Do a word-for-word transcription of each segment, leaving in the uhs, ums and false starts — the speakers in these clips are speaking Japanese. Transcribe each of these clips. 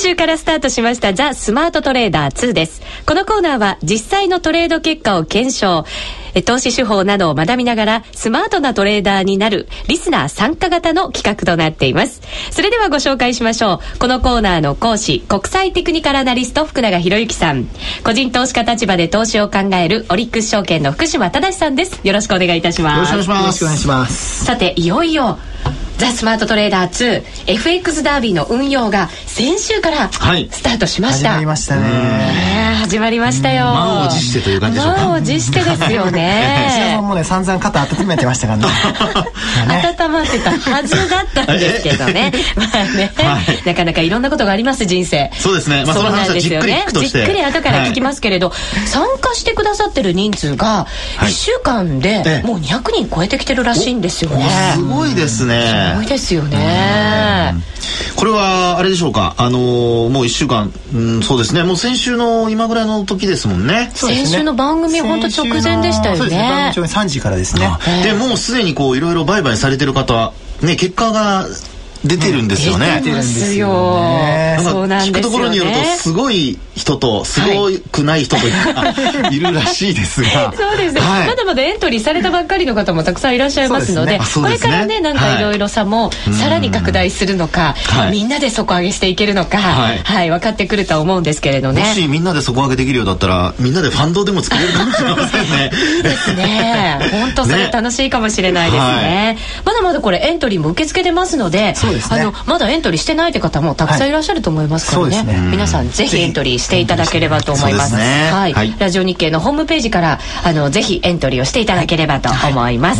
週からスタートしましたザ・スマートトレーダーツーです。このコーナーは実際のトレード結果を検証、投資手法などを学びながらスマートなトレーダーになるリスナー参加型の企画となっています。それではご紹介しましょう。このコーナーの講師、国際テクニカルアナリスト福永博之さん、個人投資家立場で投資を考えるオリックス証券の福島正さんです。よろしくお願いいたします。 よろしくお願いします。よろしくお願いします。 さて、いよいよザ・スマートトレーダーツー エフエックス ダービーの運用が先週からスタートしました、 はい、始まりましたね。 ね始まりましたよ。 満を持してという感じでしょうか。 満を持してですよね。 もうね散々肩温めてましたからね。 ね温まってたはずだったんですけどね。まあね、はい、なかなかいろんなことがあります人生。 そうですね。まあその話はじっくり聞くとして、 じっくり後から聞きますけれど、はい、参加してくださってる人数がいっしゅうかんでもうにひゃくにん超えてきてるらしいんですよね。 すごいですね。 すごいですよね。 これはあれでしょうか。あのー、もういっしゅうかん、うん、そうですね。もう先週の今ぐらいの時ですもんね。 そうですね。先週の番組本当直前でしたよね。 そうですね。番組さんじからですね。でもうすでにこういろいろ売買されてる方ね、結果が出てるんですよね。 出てますよ。 なんか聞くところによるとすごい人とすごくない人といるらしいですが。 そうですね。まだまだエントリーされたばっかりの方もたくさんいらっしゃいますので、これからねなんかいろいろ差もさらに拡大するのか、みんなで底上げしていけるのか、はい分かってくるとは思うんですけれどね。 もしみんなで底上げできるようだったらみんなでファンドでも作れるかもしれませんね。 いいですね。本当それ楽しいかもしれないですね。まだまだこれエントリーも受け付けてますので。あのまだエントリーしてないって方もたくさんいらっしゃると思いますからね、はい、ね皆さんぜひエントリーしていただければと思います。はい、はい、ラジオ日経のホームページからあのぜひエントリーをしていただければと思います、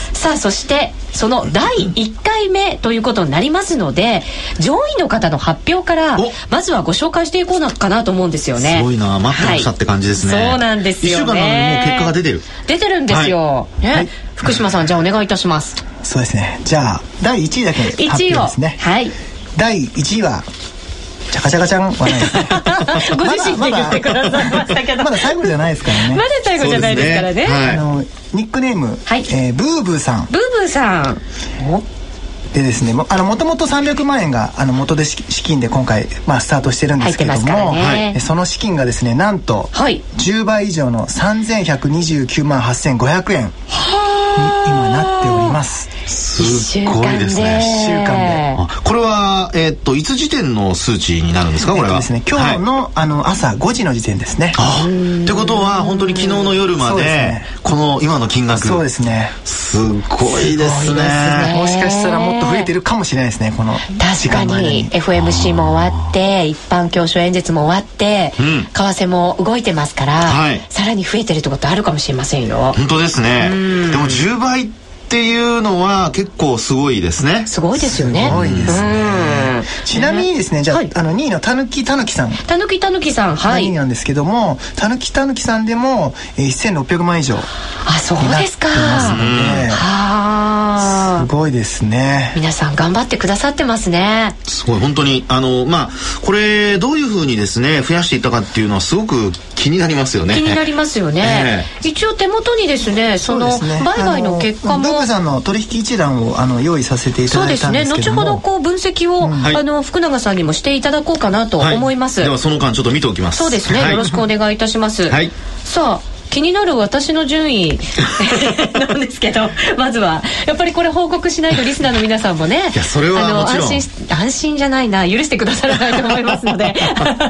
はいはい、さあそしてそのだいいっかいめということになりますので上位の方の発表からまずはご紹介していこうかなと思うんですよね。 すごいな、待ってましたって感じですね、 はい、そうなんですよね。いっしゅうかんなのにもう結果が出てる出てるんですよ、はいねはい、福島さんじゃあお願いいたします。 そうですね。じゃあだいいちいだけ発表ですね。 はい。 だいいちいはチャカチャカちゃんはないですね。 ご自身で言ってくださいましたけど、 まだ最後じゃないですからね。 まだ最後じゃないですからね。 ねはい、あのニックネーム、はいえー、ブーブーさん。 ブーブーさん。 でですね、もともとさんびゃくまんえんがあの元で資金で今回、まあ、スタートしてるんですけれども、ね、その資金がですねなんとじゅうばい以上のさんぜんひゃくにじゅうきゅうまんはっせんごひゃくえんに今なっております。 すごいですね。 いっしゅうかんで。 これは、えー、っといつ時点の数値になるんですかこれは。 えーですね、今日の、はい、あの朝ごじの時点ですね。 ってことは本当に昨日の夜まで、ね、この今の金額。 そうですね。 すごいですね。 もしかしたらもっと増えてるかもしれないですねこの時間までに。 確かに エフエムシー も終わって一般教書演説も終わって、うん、為替も動いてますから、はい、さらに増えてるってことあるかもしれませんよ。 本当ですね。でもじゅうばいっていうのは結構すごいですね。 すごいですよね。 すごいですね。ちなみにですね、じゃあ、はい、あのにいのたぬきたぬきさん。 たぬきたぬきさん、はい。 にいなんですけども、たぬきたぬきさんでも、えー、せんろっぴゃくまん以上。 あ、そうですか。 ますので、はあ、すごいですね。 皆さん頑張ってくださってますね。 すごい本当にあのまあこれどういうふうにですね増やしていったかっていうのはすごく気になりますよね。 気になりますよね。えー、一応手元にですね、その売買の結果も。 ブーブさんの取引一覧をあの用意させていただいたんですけども。そうですね。後ほどこう分析を、うん、あの福永さんにもしていただこうかなと思います。 はい、ではその間ちょっと見ておきます。 そうですね。はい、よろしくお願いいたします。はい、さあ気になる私の順位なんですけど、まずはやっぱりこれ報告しないとリスナーの皆さんもね、 いやそれはもちろん安心安心じゃないな、許してくださらないと思いますので。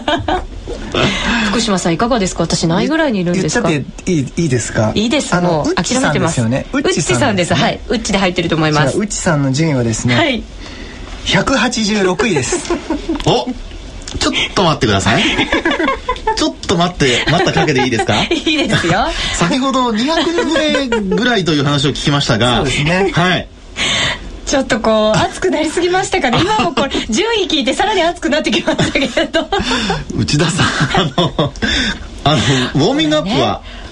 福島さんいかがですか。私何位ぐらいにいるんですか。 言っちゃっていい、いいですか。 いいです。もう諦めてますよね。ウッチさんです。はい、ウッチで入ってると思います。 ウッチさんの順位はですね、はい、ひゃくはちじゅうろくいです。 お、ちょっと待ってください。ちょっと待って待ったかけでいいですか。 いいですよ。 先ほどにひゃくにん超えぐらいという話を聞きましたが、 そうですね。 はい。 ちょっとこう熱くなりすぎましたかね。今もこれ順位聞いてさらに熱くなってきましたけれど。 内田さん、あのあのウォーミングアップは、ね、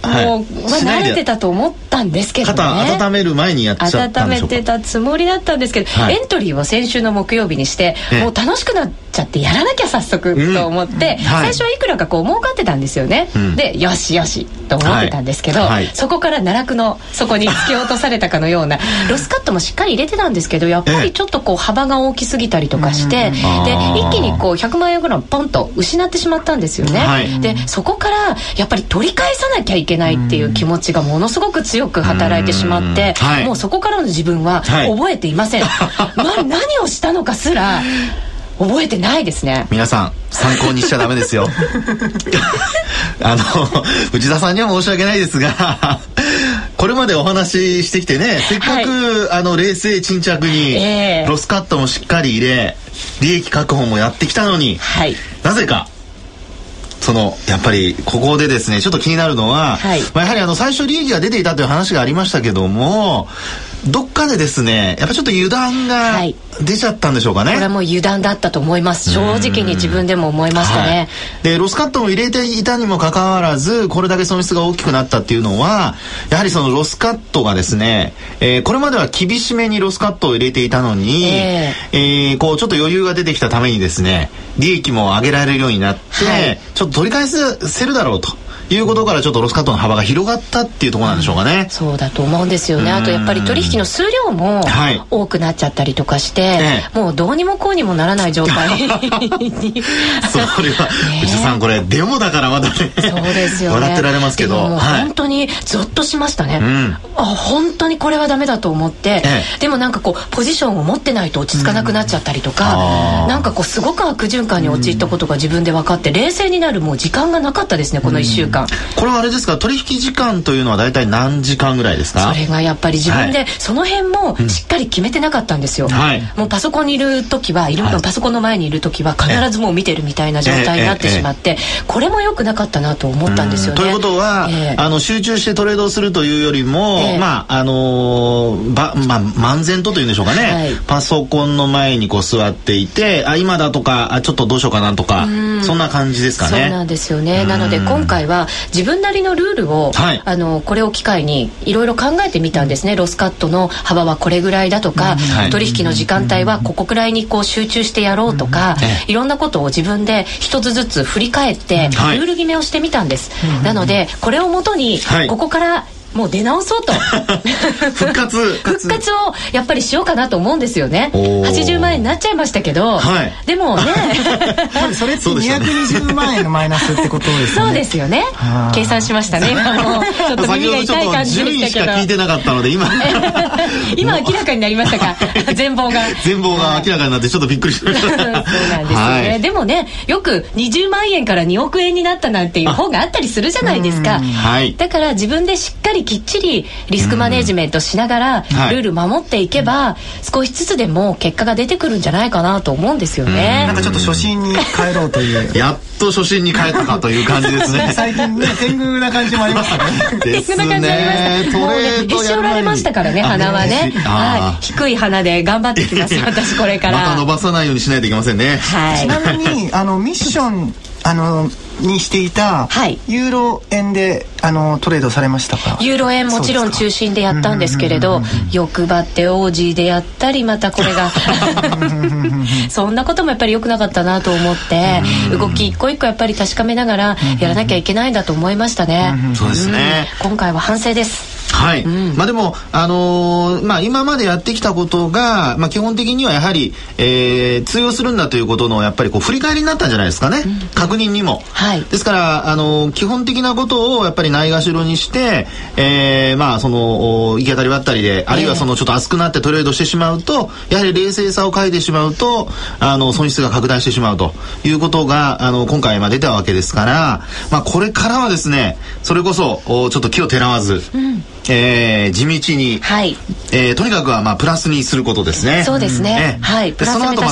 もう、まあ、慣れてたと思ったんですけどね。 肩温める前にやっちゃったんでしょうか。 温めてたつもりだったんですけど、はい、エントリーを先週の木曜日にしてもう楽しくなっちゃってやらなきゃ早速と思って、うんはい、最初はいくらかこう儲かってたんですよね、うん、でよしよしと思ってたんですけど、はいはい、そこから奈落の底に突き落とされたかのようなロスカットもしっかり入れてたんですけど、やっぱりちょっとこう幅が大きすぎたりとかして、で一気にこうひゃくまんえんぐらいポンと失ってしまったんですよね、はい、でそこからやっぱり取り返さなきゃいけないっていう気持ちがものすごく強く働いてしまって、はい、もうそこからの自分は覚えていません、はい、まあ、何をしたのかすら覚えてないですね。 皆さん参考にしちゃダメですよあの内田さんには申し訳ないですがこれまでお話ししてきてね、せっかく、はい、あの冷静沈着に、えー、ロスカットもしっかり入れ利益確保もやってきたのに、はい、なぜかそのやっぱりここでですねちょっと気になるのは、はい、まあ、やはりあの最初利益が出ていたという話がありましたけども、どっかでですねやっぱちょっと油断が出ちゃったんでしょうかね、はい、 これはもう油断だったと思います。正直に自分でも思いましたね、はい、 でロスカットを入れていたにもかかわらずこれだけ損失が大きくなったっていうのは、やはりそのロスカットがですね、えー、これまでは厳しめにロスカットを入れていたのに、えーえー、こうちょっと余裕が出てきたためにですね利益も上げられるようになって、はい、ちょっと取り返せるだろうということからちょっとロスカットの幅が広がったっていうところなんでしょうかね、 うん、そうだと思うんですよね。あとやっぱり取引の数量も多くなっちゃったりとかして、はい、もうどうにもこうにもならない状態にそれは、 ね、内田さんこれデモだからまだねそうですよね笑ってられますけど、 でももう本当にゾッとしましたね、はい、あ本当にこれはダメだと思って、ええ、でもなんかこうポジションを持ってないと落ち着かなくなっちゃったりとか、うん、なんかこうすごく悪循環に陥ったことが自分で分かって冷静になるもう時間がなかったですねこのいっしゅうかん、うん、 これはあれですか、取引時間というのはだいたい何時間ぐらいですか？ それがやっぱり自分でその辺もしっかり決めてなかったんですよ、はい、もうパソコンにいる時はいる、はい、パソコンの前にいる時は必ずもう見てるみたいな状態になってしまって、ええええ、これも良くなかったなと思ったんですよね。 ということは、ええ、あの集中してトレードをするというよりも、ええ、まああのーばまあ、漫然とというんでしょうかね、はい、パソコンの前にこう座っていて、あ今だとかあちょっとどうしようかなとか、そんな感じですかね。 そうなんですよね。なので今回は自分なりのルールを、はい、あのこれを機会にいろいろ考えてみたんですね。ロスカットの幅はこれぐらいだとか、はい、取引の時間帯はここくらいにこう集中してやろうとか、いろんなことを自分で一つずつ振り返ってルール決めをしてみたんです、はい、なのでこれをもとにここからもう出直そうと復活復活をやっぱりしようかなと思うんですよね。はちじゅうまんえんになっちゃいましたけど、はい、でもねそれってにひゃくにじゅうまんえんのマイナスってことですね。 そうですよね。計算しましたね。今もうちょっと耳が痛い感じでしたけど、 順位しか聞いてなかったので今今明らかになりましたか全貌が全貌が明らかになってちょっとびっくりしましたそうなんですよね、はい、でもねよくにじゅうまんえんからにおくえんになったなんていう本があったりするじゃないですか。はい、だから自分でしっかりきっちりリスクマネジメントしながらルール守っていけば少しずつでも結果が出てくるんじゃないかなと思うんですよね。 なんかちょっと初心に帰ろうというやっと初心に帰ったかという感じですね最近ね天狗な感じもありますね天狗な感じありましたもうねへし折られましたからね鼻はね、はい、低い鼻で頑張ってきます私これからまた伸ばさないようにしないといけませんね、 はい、ちなみにあのミッションあのにしていたユーロ円であのトレードされましたか？ ユーロ円もちろん中心でやったんですけれど、欲張ってオージーでやったりまたこれがそんなこともやっぱり良くなかったなと思って動き一個一個やっぱり確かめながらやらなきゃいけないんだと思いましたね。 そうですね、 うん、今回は反省です。 はい、うん、まあでも、あのーまあ、今までやってきたことが、まあ、基本的にはやはり、えー、通用するんだということのやっぱりこう振り返りになったんじゃないですかね、うん、確認にも、はい、ですから、あのー、基本的なことをやっぱりないがしろにして、えー、まあその行き当たりばったりであるいはそのちょっと熱くなってトレードしてしまうとやはり冷静さを欠いてしまうとあの損失が拡大してしまうということがあの今回まあ出たわけですから、まあ、これからはですねそれこそちょっと気をてらわず、うんえー、地道に、はいえー、とにかくはまあプラスにすることですね。 そうですね、 えー、はい、プラス目指してその後また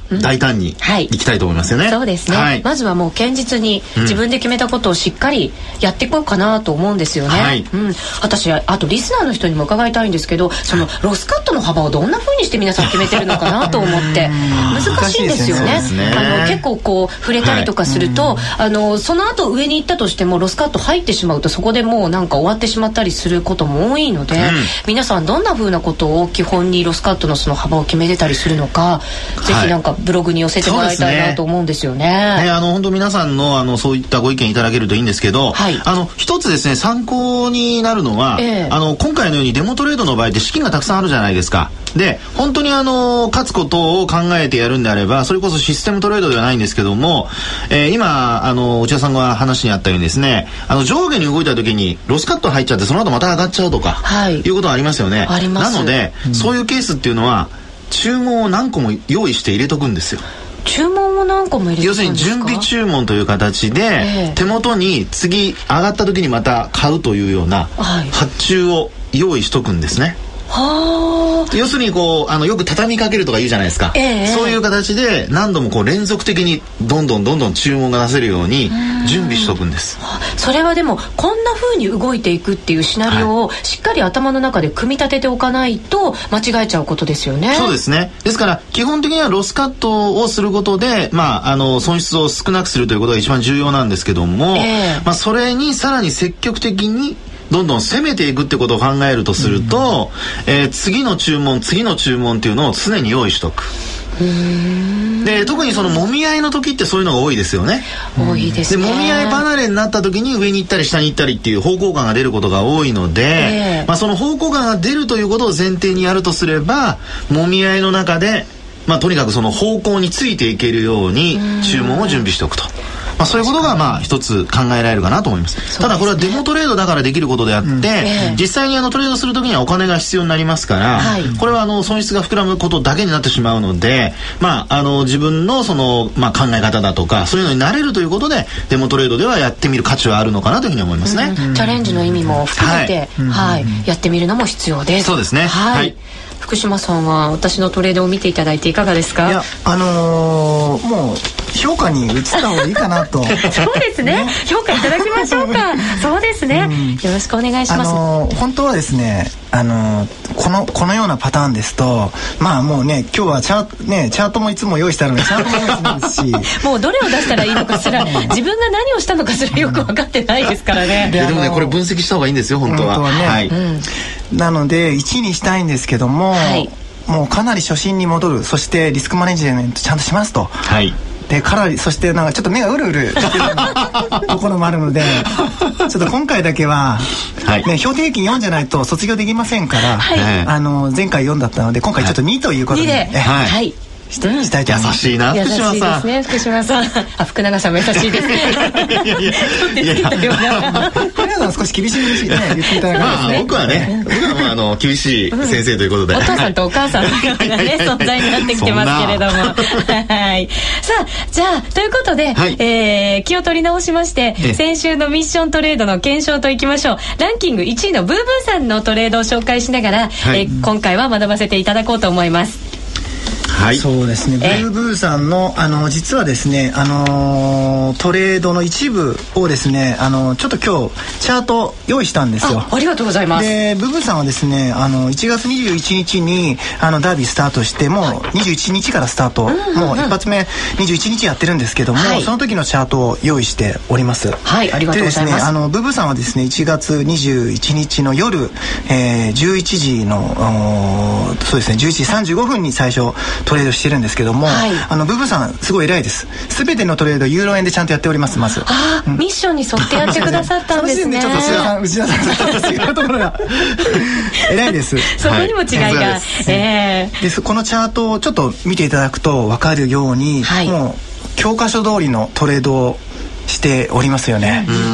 大胆にいきたいと思いますよね、 はい、そうですね、はい、まずはもう堅実に自分で決めたことをしっかりやっていこうかなと思うんですよね、はい、うん、私あとリスナーの人にも伺いたいんですけど、そのロスカットの幅をどんな風にして皆さん決めてるのかなと思って難しいんですよね。あの結構こう触れたりとかすると、はい、あのその後上に行ったとしてもロスカット入ってしまうとそこでもうなんか終わってしまったりすることも多いので、うん、皆さんどんな風なことを基本にロスカットのその幅を決めてたりするのか、ぜひなんかブログに寄せてもらいたいなと思うんですよね。 はい、ね、あの本当皆さんのあのそういったご意見いただけるといいんですけど、はい、あの一つですね参考になるのは、えー、あの今回のようにデモトレードの場合って資金がたくさんあるじゃないですか。で本当にあの勝つことを考えてやるんであればそれこそシステムトレードではないんですけども、えー、今あの内田さんが話にあったようにですね、あの上下に動いた時にロスカット入っちゃってその後また上がっちゃうとか、はい、いうことがありますよね。 あります。 なので、うん、そういうケースっていうのは注文を何個も用意して入れとくんですよ。 注文を何個も入れておくんですか？ 要するに準備注文という形で、えー、手元に次上がった時にまた買うというような発注を用意しとくんですね。はあ、要するにこうあのよく畳みかけるとか言うじゃないですか、えー、そういう形で何度もこう連続的にどんどんどんどん注文が出せるように準備しとくんです。 それはでもこんな風に動いていくっていうシナリオをしっかり頭の中で組み立てておかないと間違えちゃうことですよね。 そうですね。ですから基本的にはロスカットをすることで、まあ、あの損失を少なくするということが一番重要なんですけども、えーまあ、それにさらに積極的にどんどん攻めていくってことを考えるとすると、うん、えー、次の注文次の注文っていうのを常に用意しとく。うーん、で特にその揉み合いの時ってそういうのが多いですよね。 多いですね。 で揉み合い離れになった時に上に行ったり下に行ったりっていう方向感が出ることが多いので、えーまあ、その方向感が出るということを前提にやるとすれば揉み合いの中で、まあ、とにかくその方向についていけるように注文を準備しておくと。まあ、そういうことがまあ一つ考えられるかなと思います。すね、ただこれはデモトレードだからできることであって、うんえー、実際にあのトレードするときにはお金が必要になりますから、はい、これはあの損失が膨らむことだけになってしまうので、まあ、あの自分のその、まあ、考え方だとかそういうのに慣れるということでデモトレードではやってみる価値はあるのかなというふうに思いますね。 うん、チャレンジの意味も含めて、はいはい、やってみるのも必要です。 そうですね。 はい、はい、福島さんは私のトレードを見ていただいていかがですか？ いや、あのー、もう評価に移った方がいいかなとそうですね、ね、評価いただきましょうかそうですね、うん、よろしくお願いします。 あのー、本当はですね、あのー、このこのようなパターンですと、まあもうね今日はチャート、ね、チャートもいつも用意してあるのでチャートも用意してないですしもうどれを出したらいいのかすら自分が何をしたのかすらよく分かってないですからね。 で, でもねこれ分析した方がいいんですよ本当は。 本当はね、はい、うん、なのでいちいにしたいんですけども、はい、もうかなり初心に戻る、そしてリスクマネジメントちゃんとしますと、はい、でかなりそしてなんかちょっと目がうるうるしてるところもあるのでちょっと今回だけは、はいね、標定平均よんじゃないと卒業できませんから、はい、あの前回よんだったので今回ちょっとにということで、はい、 にで、はいはいしたいと思います。 優しいな福島さん。優しいですね福島さん。あ、福永さんも優しいですね。いやいやいや福永さん少し厳しい厳しいね言っていただきますね。 まあ僕はね、僕はもうあの厳しい先生ということで、 お父さんとお母さんのようなね存在になってきてますけれども、はい。さあじゃあということで、はい、えー、気を取り直しまして先週のミッショントレードの検証といきましょう。ランキングいちいのブーブーさんのトレードを紹介しながら、はい、えー、今回は学ばせていただこうと思います。 はい、そうですね。ブーブーさんのあの実はですね、あのー、トレードの一部をですね、あのー、ちょっと今日チャート用意したんですよ。 あ、ありがとうございます。 でブーブーさんはですね、あのいちがつにじゅういちにちにあのダービースタートしてもうにじゅういちにちからスタート、はい、もう一発目にじゅういちにちやってるんですけども、はい、その時のチャートを用意しております。 はい、ありがとうございます。でですね、あのブーブーさんはですねいちがつにじゅういちにちの夜、えー、じゅういちじのそうですねじゅういちじさんじゅうごふんに最初トレードしてるんですけども、はい、あのブーブーさんすごい偉いです。すべてのトレードユーロ円でちゃんとやっております。まずあ、うん、ミッションに沿ってやってくださったんですね。 ちょっと内田さん内田さん違うところが偉いです。 そこにも違いが、はい、えー、でこのチャートをちょっと見ていただくと分かるように、はい、もう教科書通りのトレードをしておりますよね。うん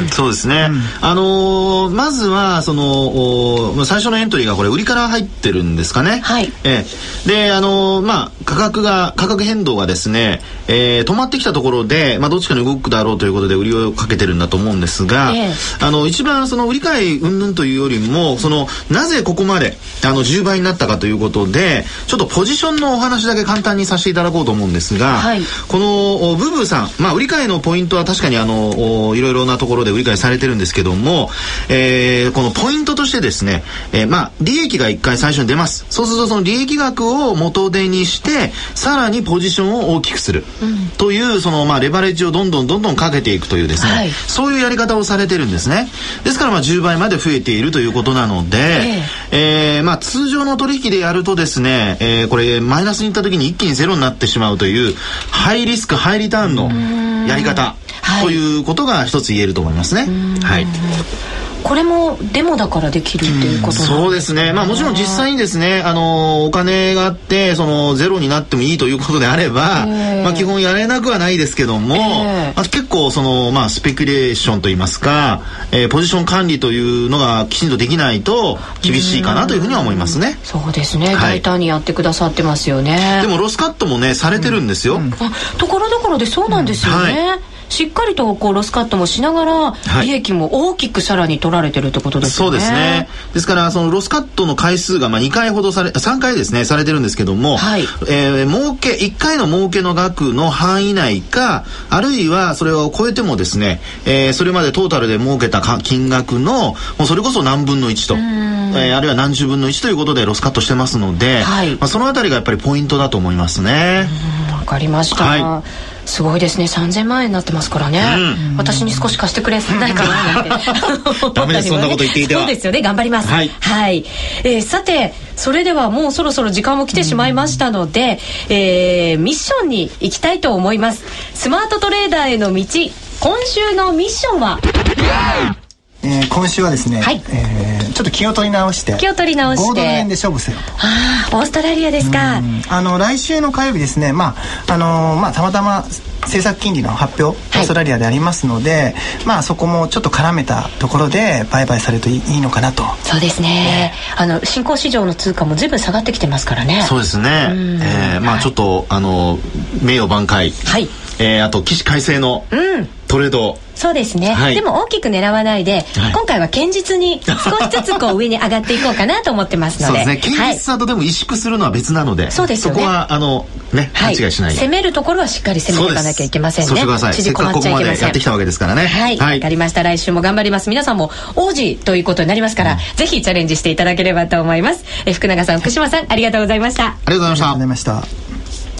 うん、そうですね、うん、あのー、まずはその最初のエントリーがこれ売りから入ってるんですかね、 はい、 えー、であのー、まあ価格が価格変動がですね、えー、止まってきたところで、まあ、どっちかに動くだろうということで売りをかけてるんだと思うんですが、えー、あの一番その売り買い云々というよりもそのなぜここまであのじゅうばいになったかということでちょっとポジションのお話だけ簡単にさせていただこうと思うんですが、はい、このブブーさん、まあ、売り買いのポイントは確かにあのいろいろなところで売り買いされてるんですけども、えー、このポイントとしてですね、えー、まあ利益がいっかい最初に出ます。そうするとその利益額を元手にしてさらにポジションを大きくする、うん、というそのまあレバレッジをどんどんどんどんかけていくというですね、はい、そういうやり方をされてるんですね。ですからまあじゅうばいまで増えているということなので、えーえー、まあ通常の取引でやるとですね、えー、これマイナスにいった時に一気にゼロになってしまうというハイリスクハイリターンのやり方ということが一つ言えると思いますね。はい。 これもデモだからできるっていうことなんですか？ そうですね。まあもちろん実際にですね、あのお金があってそのゼロになってもいいということであれば、まあ基本やれなくはないですけども、まあ、結構そのまあスペキュレーションといいますか、えー、ポジション管理というのがきちんとできないと厳しいかなというふうには思いますね。 そうですね。大胆にやってくださってますよね。 はい、でもロスカットもねされてるんですよ。うんうん、 あ、ところどころでそうなんですよね。うん、はい、しっかりとこうロスカットもしながら利益も大きくさらに取られてるってことですよね。 そうですね。ですからそのロスカットの回数がまあにかいほどされさんかいですねされてるんですけども、はい、えー、儲けいっかいの儲けの額の範囲内かあるいはそれを超えてもですね、えー、それまでトータルで儲けた金額のもうそれこそ何分のいちと、えー、あるいは何十分のいちということでロスカットしてますので、はい、まあ、そのあたりがやっぱりポイントだと思いますね。 わかりました。はい、すごいですね。さんぜんまんえんになってますからね、うん、私に少し貸してくれないかななんてダメです、そんなこと言っていては。 そうですよね、頑張ります。はい、はい、えー、さてそれではもうそろそろ時間も来てしまいましたので、えー、ミッションに行きたいと思います。スマートトレーダーへの道、今週のミッションはえー、今週はですね、はい、えー、ちょっと気を取り直して気を取り直してごドル円で勝負せよ。 ああ、オーストラリアですか。 あの来週の火曜日ですね、まああのーまあ、たまたま政策金利の発表、はい、オーストラリアでありますので、まあ、そこもちょっと絡めたところで売買されるといいのかなと。 そうですね、えー、あの新興市場の通貨も随分下がってきてますからね。 そうですね、えーまあ、ちょっとあの名誉挽回、はい、えー、あと起死回生のトレード、うん、 そうですね、はい、でも大きく狙わないで、はい、今回は堅実に少しずつこう上に上がっていこうかなと思ってますので。 そうですね、堅実さとでも萎縮するのは別なので、はい、そうですよね、そこはあの、ね、勘違いしないで、 はい、攻めるところはしっかり攻めていかなきゃいけませんね。 そうしてください。せっかくここまでやってきたわけですからね。 はい、わ、はい、かりました。来週も頑張ります。皆さんも王子ということになりますから、うん、ぜひチャレンジしていただければと思います。え福永さん、福島さん、ありがとうございました。ありがとうございました。 ありがとうございました。